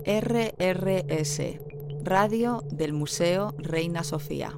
RRS, Radio del Museo Reina Sofía.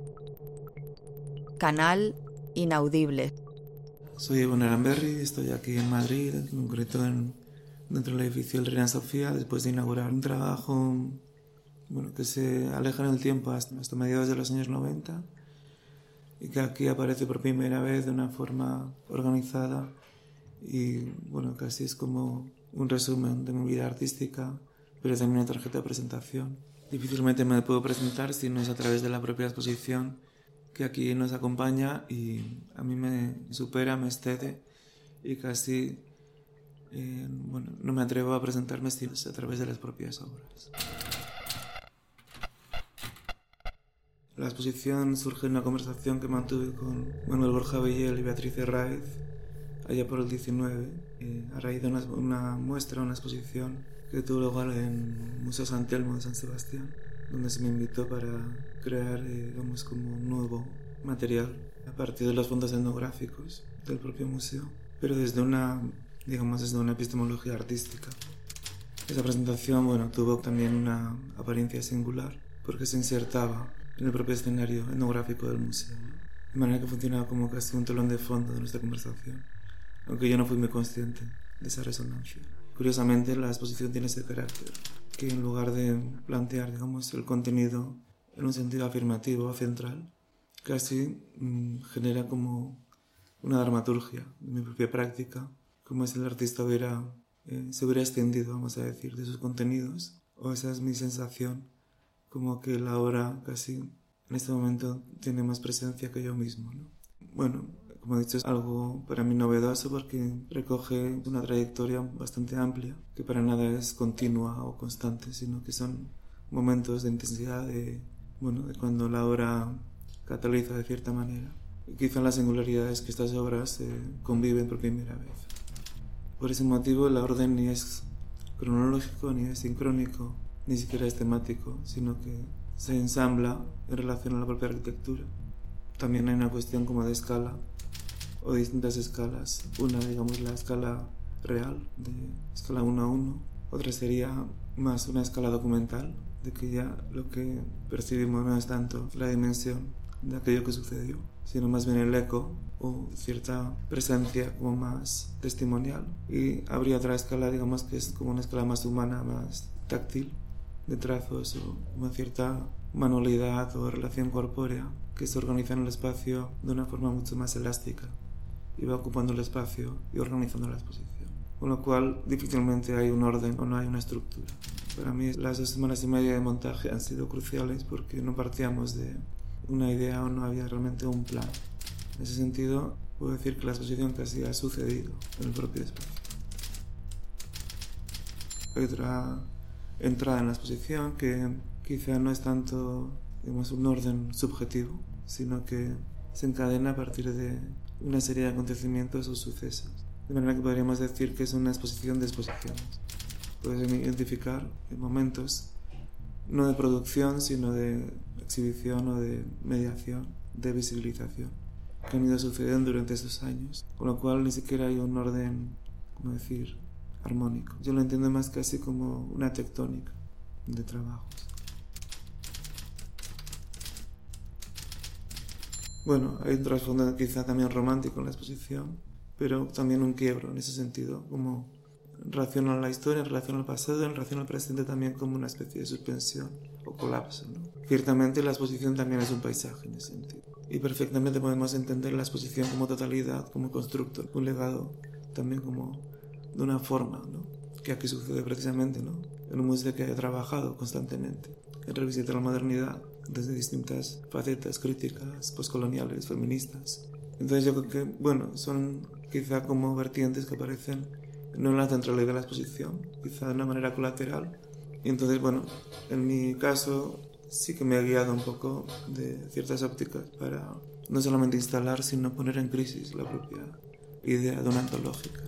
Canal Inaudible. Soy Egon Aramberri, estoy aquí en Madrid, en concreto dentro del edificio del Reina Sofía, después de inaugurar un trabajo que se aleja en el tiempo hasta mediados de los años 90 y que aquí aparece por primera vez de una forma organizada y casi es como un resumen de mi vida artística, pero también una tarjeta de presentación. Difícilmente me puedo presentar si no es a través de la propia exposición que aquí nos acompaña y a mí me supera, me excede y casi no me atrevo a presentarme si no es a través de las propias obras. La exposición surge en una conversación que mantuve con Manuel Borja Villel y Beatriz Herráez allá por el 19, a raíz de una muestra, una exposición que tuvo lugar en el Museo San Telmo de San Sebastián, donde se me invitó para crear como un nuevo material a partir de los fondos etnográficos del propio museo, pero desde una epistemología artística. Esa presentación tuvo también una apariencia singular porque se insertaba en el propio escenario etnográfico del museo, de manera que funcionaba como casi un telón de fondo de nuestra conversación, aunque yo no fui muy consciente de esa resonancia. Curiosamente, la exposición tiene ese carácter, que en lugar de plantear, el contenido en un sentido afirmativo o central, casi genera como una dramaturgia de mi propia práctica, como si el artista se hubiera extendido, vamos a decir, de sus contenidos, o esa es mi sensación, como que la obra casi en este momento tiene más presencia que yo mismo, ¿no? Como he dicho, es algo para mí novedoso porque recoge una trayectoria bastante amplia, que para nada es continua o constante, sino que son momentos de intensidad de cuando la obra cataliza de cierta manera. Y quizá la singularidad es que estas obras conviven por primera vez. Por ese motivo el orden ni es cronológico, ni es sincrónico, ni siquiera es temático, sino que se ensambla en relación a la propia arquitectura. También hay una cuestión como de escala, o distintas escalas. Una, la escala real, de escala 1 a 1. Otra sería más una escala documental, de que ya lo que percibimos no es tanto la dimensión de aquello que sucedió, sino más bien el eco o cierta presencia como más testimonial. Y habría otra escala, que es como una escala más humana, más táctil, de trazos o una cierta manualidad o relación corpórea que se organiza en el espacio de una forma mucho más elástica y va ocupando el espacio y organizando la exposición. Con lo cual difícilmente hay un orden o no hay una estructura. Para mí las 2 semanas y media de montaje han sido cruciales porque no partíamos de una idea o no había realmente un plan. En ese sentido puedo decir que la exposición casi ha sucedido en el propio espacio. Hay otra entrada en la exposición que quizá no es tanto un orden subjetivo, sino que se encadena a partir de una serie de acontecimientos o sucesos. De manera que podríamos decir que es una exposición de exposiciones. Puedes identificar momentos no de producción, sino de exhibición o de mediación, de visibilización, que han ido sucediendo durante estos años, con lo cual ni siquiera hay un orden, armónico. Yo lo entiendo más casi como una tectónica de trabajos. Hay un trasfondo quizá también romántico en la exposición, pero también un quiebro en ese sentido, como en relación a la historia, en relación al pasado, en relación al presente también como una especie de suspensión o colapso, ¿no? Ciertamente la exposición también es un paisaje en ese sentido. Y perfectamente podemos entender la exposición como totalidad, como constructo, un legado también como de una forma, ¿no? Que aquí sucede precisamente, ¿no? En un museo que ha trabajado constantemente en revisitar la modernidad desde distintas facetas críticas, postcoloniales, feministas. Entonces yo creo que, son quizá como vertientes que aparecen no en la centralidad de la exposición, quizá de una manera colateral. Y entonces, en mi caso sí que me ha guiado un poco de ciertas ópticas para no solamente instalar, sino poner en crisis la propia idea de una antológica.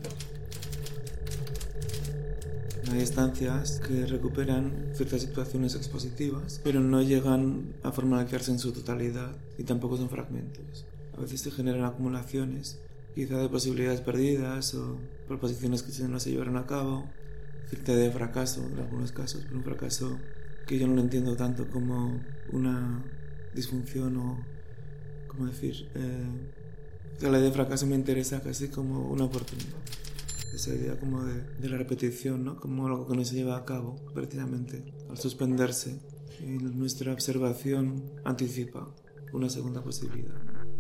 Hay estancias que recuperan ciertas situaciones expositivas, pero no llegan a formalizarse en su totalidad y tampoco son fragmentos. A veces se generan acumulaciones, quizá de posibilidades perdidas o proposiciones que no se llevaron a cabo, cierta idea de fracaso en algunos casos, pero un fracaso que yo no lo entiendo tanto como una disfunción o, ¿cómo decir? La idea de fracaso me interesa casi como una oportunidad. Esa idea como de la repetición, ¿no? Como algo que no se lleva a cabo, precisamente al suspenderse. Y nuestra observación anticipa una segunda posibilidad.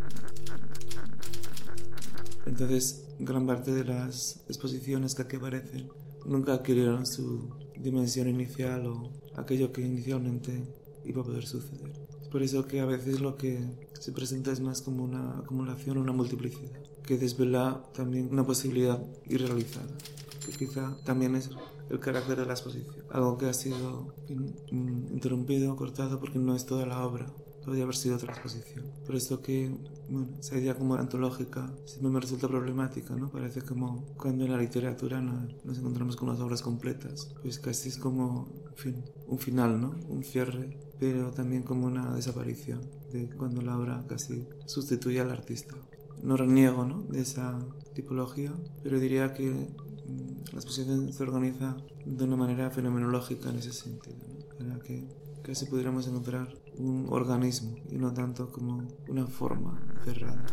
Entonces, gran parte de las exposiciones que aquí aparecen nunca adquirieron su dimensión inicial o aquello que inicialmente iba a poder suceder. Es por eso que a veces lo que se presenta es más como una acumulación o una multiplicidad, que desvela también una posibilidad irrealizada, que quizá también es el carácter de la exposición, algo que ha sido interrumpido, cortado, porque no es toda la obra, podría haber sido otra exposición. Por eso que esa idea como antológica siempre me resulta problemática, ¿no? Parece como cuando en la literatura nos encontramos con las obras completas, pues casi es como, en fin, un final, ¿no? Un cierre, pero también como una desaparición de cuando la obra casi sustituye al artista. No reniego, ¿no?, de esa tipología, pero diría que la exposición se organiza de una manera fenomenológica en ese sentido, ¿no? Para que casi pudiéramos encontrar un organismo y no tanto como una forma cerrada.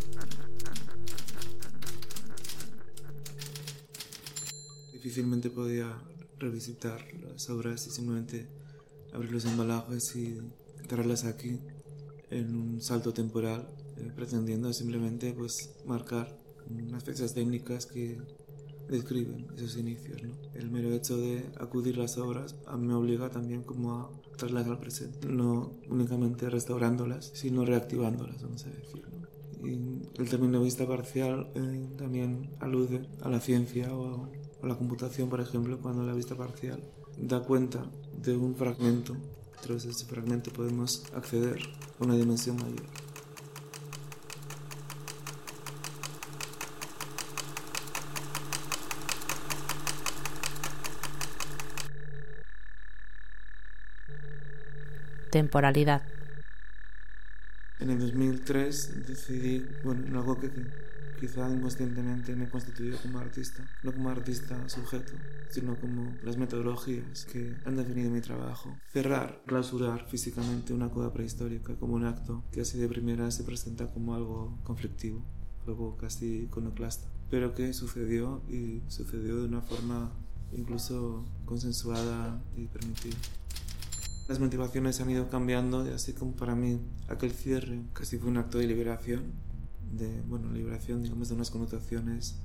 Difícilmente podía revisitar las obras y simplemente abrir los embalajes y traerlas aquí en un salto temporal, pretendiendo simplemente pues marcar unas fechas técnicas que describen esos inicios, ¿no? El mero hecho de acudir a las obras a mí me obliga también como a traerlas al presente, no únicamente restaurándolas, sino reactivándolas, vamos a decir, ¿no? Y el término vista parcial también alude a la ciencia o a la computación, por ejemplo, cuando la vista parcial da cuenta de un fragmento. A través de ese fragmento podemos acceder a una dimensión mayor. Temporalidad. En el 2003 decidí, en algo que quizá inconscientemente me constituyó como artista, no como artista sujeto, sino como las metodologías que han definido mi trabajo. Cerrar, clausurar físicamente una cueva prehistórica como un acto que así de primera se presenta como algo conflictivo, algo casi iconoclasta, pero que sucedió y sucedió de una forma incluso consensuada y permitida. Las motivaciones han ido cambiando y así como para mí aquel cierre casi fue un acto de liberación, liberación digamos de unas connotaciones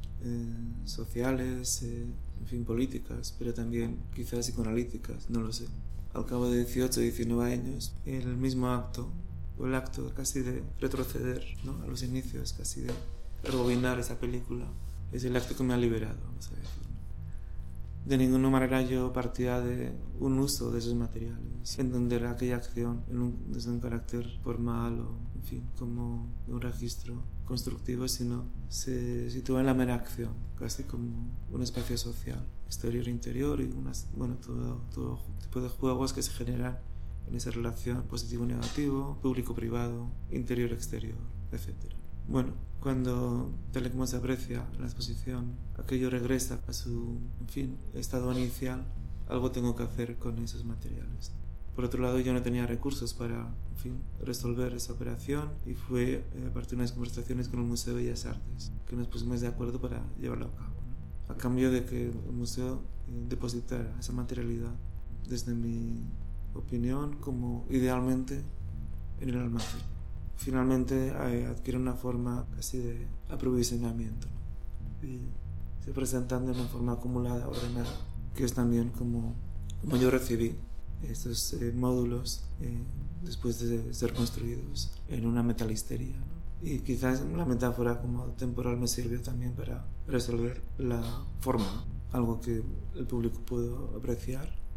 sociales, en fin, políticas, pero también quizás psicoanalíticas, no lo sé. Al cabo de 18 o 19 años, el mismo acto, o el acto casi de retroceder, ¿no?, a los inicios, casi de rebobinar esa película, es el acto que me ha liberado, vamos a decir. De ninguna manera yo partía de un uso de esos materiales, entender aquella acción desde un carácter formal o, en fin, como un registro constructivo, sino se sitúa en la mera acción, casi como un espacio social, exterior-interior y todo tipo de juegos que se generan en esa relación positivo-negativo, público-privado, interior-exterior, etc. Cuando, tal y como se aprecia en la exposición, aquello regresa a su, estado inicial, algo tengo que hacer con esos materiales. Por otro lado, yo no tenía recursos para, resolver esa operación y fue a partir de unas conversaciones con el Museo de Bellas Artes que nos pusimos de acuerdo para llevarlo a cabo, ¿no? A cambio de que el museo depositara esa materialidad, desde mi opinión, como idealmente en el almacén. Finalmente adquiere una forma casi de aprovisionamiento, ¿no? Y se presentan de una forma acumulada, ordenada, que es también como yo recibí estos módulos después de ser construidos en una metalistería, ¿no? Y quizás la metáfora como temporal me sirvió también para resolver la forma, algo que el público pudo apreciar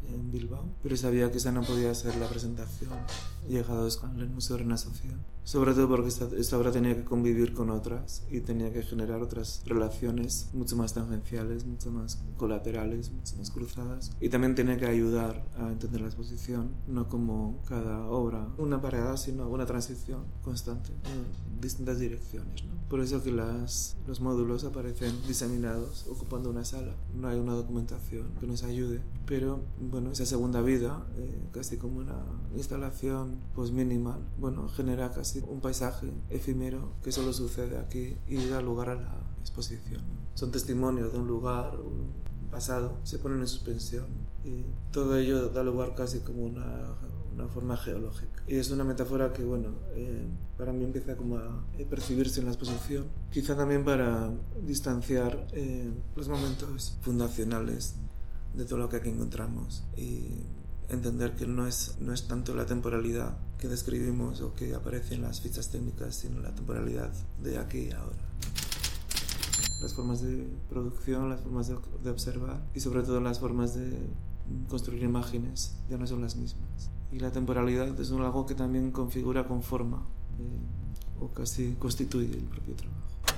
en Bilbao, pero sabía que esa no podía ser la presentación llegados al Museo Reina Sofía. Sobre todo porque esta obra tenía que convivir con otras y tenía que generar otras relaciones mucho más tangenciales, mucho más colaterales, mucho más cruzadas. Y también tenía que ayudar a entender la exposición, no como cada obra, una parada, sino una transición constante en distintas direcciones, ¿no? Por eso que los módulos aparecen diseminados ocupando una sala. No hay una documentación que nos ayude, pero bueno, esa segunda vida, casi como una instalación pues minimal, bueno, genera casi un paisaje efímero que solo sucede aquí y da lugar a la exposición. Son testimonios de un lugar, un pasado, se ponen en suspensión y todo ello da lugar casi como una forma geológica. Y es una metáfora que, bueno, para mí empieza como a percibirse en la exposición, quizá también para distanciar los momentos fundacionales de todo lo que aquí encontramos y entender que no es tanto la temporalidad que describimos o que aparece en las fichas técnicas, sino la temporalidad de aquí y ahora. Las formas de producción, las formas de observar y sobre todo las formas de construir imágenes ya no son las mismas. Y la temporalidad es algo que también configura, conforma o casi constituye el propio trabajo.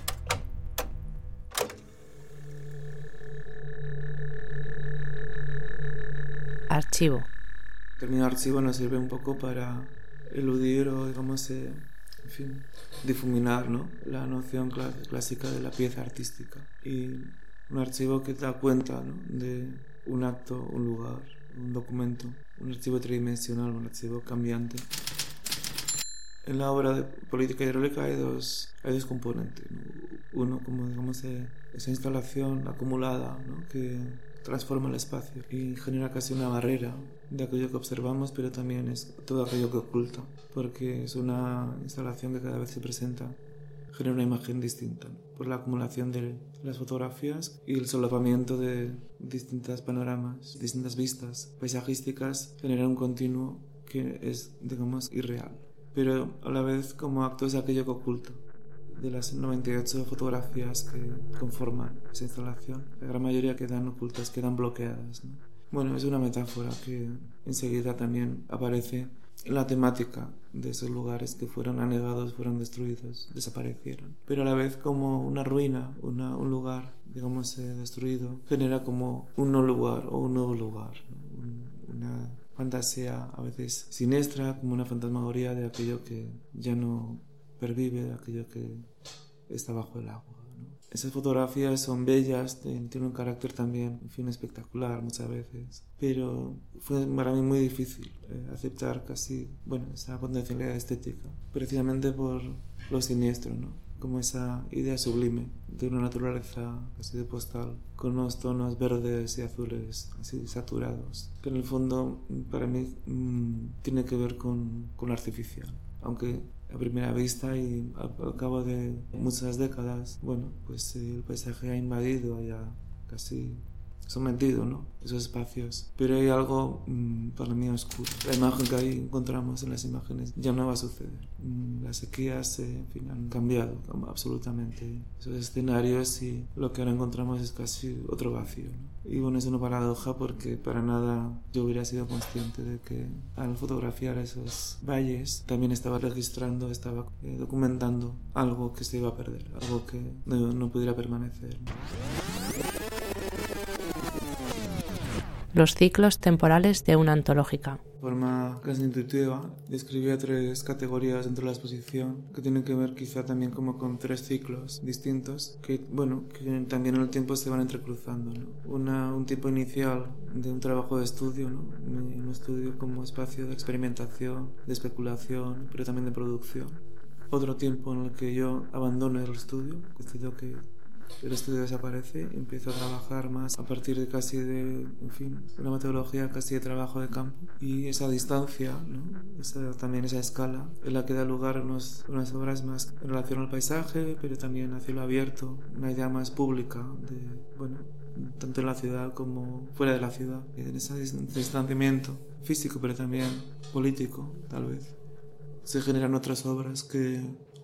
Archivo. El término archivo nos sirve un poco para eludir o, digamos, difuminar, ¿no?, la noción clásica de la pieza artística. Y un archivo que da cuenta, ¿no?, de un acto, un lugar, un documento, un archivo tridimensional, un archivo cambiante. En la obra de política hidráulica hay dos componentes, ¿no? Uno, como digamos, esa instalación acumulada, ¿no?, que transforma el espacio y genera casi una barrera de aquello que observamos, pero también es todo aquello que oculta, porque es una instalación que cada vez se presenta, genera una imagen distinta, ¿no?, por la acumulación de las fotografías y el solapamiento de distintas panoramas, distintas vistas paisajísticas, genera un continuo que es, digamos, irreal, pero a la vez como acto es aquello que oculta. De las 98 fotografías que conforman esa instalación, la gran mayoría quedan ocultas, quedan bloqueadas, ¿no? Bueno, es una metáfora que enseguida también aparece en la temática de esos lugares que fueron anegados, fueron destruidos, desaparecieron. Pero a la vez como una ruina, un lugar, digamos, destruido, genera como un no lugar o un nuevo lugar, ¿no? Una fantasía a veces siniestra, como una fantasmagoría de aquello que ya no pervive, de aquello que está bajo el agua, ¿no? Esas fotografías son bellas, tienen un carácter también, en fin, espectacular muchas veces, pero fue para mí muy difícil aceptar casi, bueno, esa potencialidad estética, precisamente por lo siniestro, ¿no?, como esa idea sublime de una naturaleza casi de postal, con unos tonos verdes y azules así saturados, que en el fondo para mí tiene que ver con lo artificial, aunque a primera vista y al cabo de muchas décadas, bueno, pues el paisaje ha invadido, haya casi sometido, ¿no?, esos espacios, pero hay algo para mí oscuro. La imagen que ahí encontramos en las imágenes ya no va a suceder. Las sequías, en fin, han cambiado absolutamente esos escenarios y lo que ahora encontramos es casi otro vacío, ¿no? Y bueno, es una paradoja porque para nada yo hubiera sido consciente de que al fotografiar esos valles también estaba registrando, estaba documentando algo que se iba a perder, algo que no pudiera permanecer, ¿no? Los ciclos temporales de una antológica. De forma casi intuitiva, describía 3 categorías dentro de la exposición que tienen que ver quizá también como con 3 ciclos distintos que, bueno, que también en el tiempo se van entrecruzando, ¿no? Un tipo inicial de un trabajo de estudio, ¿no?, un estudio como espacio de experimentación, de especulación, pero también de producción. Otro tiempo en el que yo abandono el estudio que el estudio desaparece, empiezo a trabajar más a partir de casi de, en fin, una metodología casi de trabajo de campo, y esa distancia, ¿no?, también esa escala en la que da lugar a unas obras más en relación al paisaje, pero también a cielo abierto, una idea más pública de, bueno, tanto en la ciudad como fuera de la ciudad, en ese distanciamiento físico pero también político, tal vez se generan otras obras que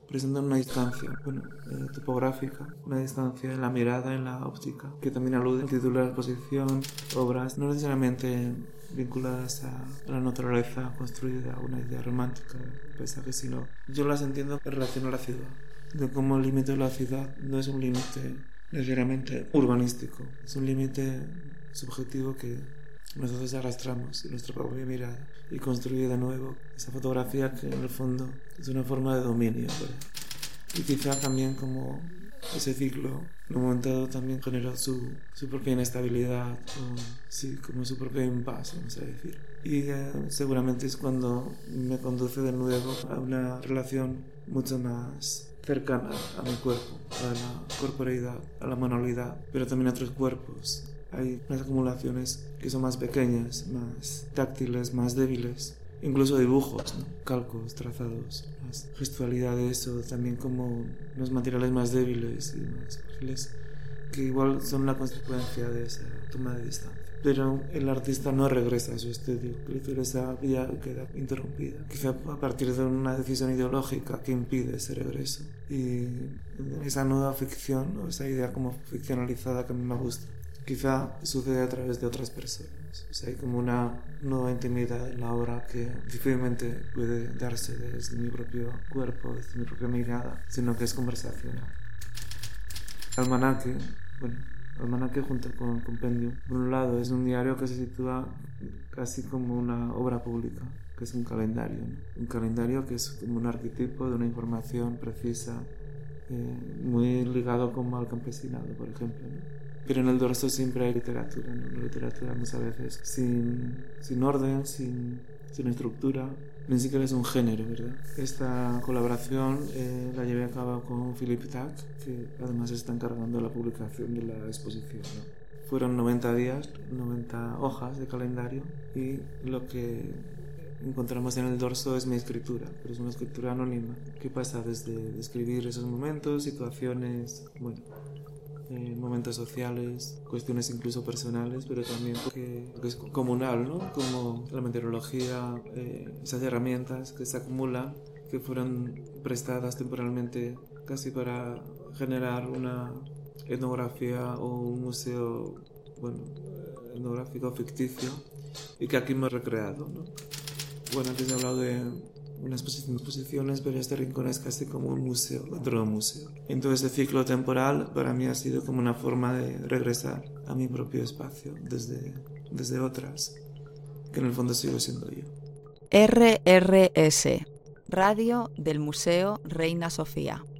presentan una distancia topográfica, una distancia en la mirada, en la óptica, que también alude al título de la exposición, obras no necesariamente vinculadas a la naturaleza construida, a una idea romántica del paisaje, sino yo las entiendo en relación a la ciudad, de cómo el límite de la ciudad no es un límite necesariamente urbanístico, es un límite subjetivo que nosotros arrastramos en nuestra propia mirada y construye de nuevo esa fotografía que en el fondo es una forma de dominio, ¿verdad? Y quizá también como ese ciclo en un momento dado también generó su propia inestabilidad, o sí, como su propio impasse, vamos a decir. Y seguramente es cuando me conduce de nuevo a una relación mucho más cercana a mi cuerpo, a la corporeidad, a la manualidad, pero también a otros cuerpos. Hay unas acumulaciones que son más pequeñas, más táctiles, más débiles, incluso dibujos, ¿no? Calcos, trazados, las gestualidades o también como unos materiales más débiles y más frágiles que igual son la consecuencia de esa toma de distancia. Pero el artista no regresa a su estudio, es decir, esa vía queda interrumpida, quizá a partir de una decisión ideológica que impide ese regreso. Y esa nueva ficción, o esa idea como ficcionalizada que a mí me gusta, quizá sucede a través de otras personas. O sea, hay como una nueva intimidad en la obra que difícilmente puede darse desde mi propio cuerpo, desde mi propia mirada, sino que es conversacional. Almanaque junto con Compendium, por un lado, es un diario que se sitúa casi como una obra pública, que es un calendario, ¿no? Un calendario que es como un arquetipo de una información precisa, muy ligado como al campesinado, por ejemplo, ¿no? Pero en el dorso siempre hay literatura, ¿no? Una literatura muchas veces sin orden, sin estructura, ni siquiera es un género, ¿verdad? Esta colaboración la llevé a cabo con Philippe Tac, que además está encargando la publicación de la exposición, ¿no? Fueron 90 días, 90 hojas de calendario, y lo que encontramos en el dorso es mi escritura, pero es una escritura anónima que pasa desde describir esos momentos, situaciones, momentos sociales, cuestiones incluso personales, pero también porque es comunal, ¿no? Como la meteorología, esas herramientas que se acumulan, que fueron prestadas temporalmente casi para generar una etnografía o un museo, etnográfico ficticio, y que aquí hemos recreado, ¿no? Antes he hablado de unas exposiciones, pero este rincón es casi como un museo dentro de un museo. Entonces el ciclo temporal para mí ha sido como una forma de regresar a mi propio espacio desde otras, que en el fondo sigo siendo yo. RRS, Radio del Museo Reina Sofía.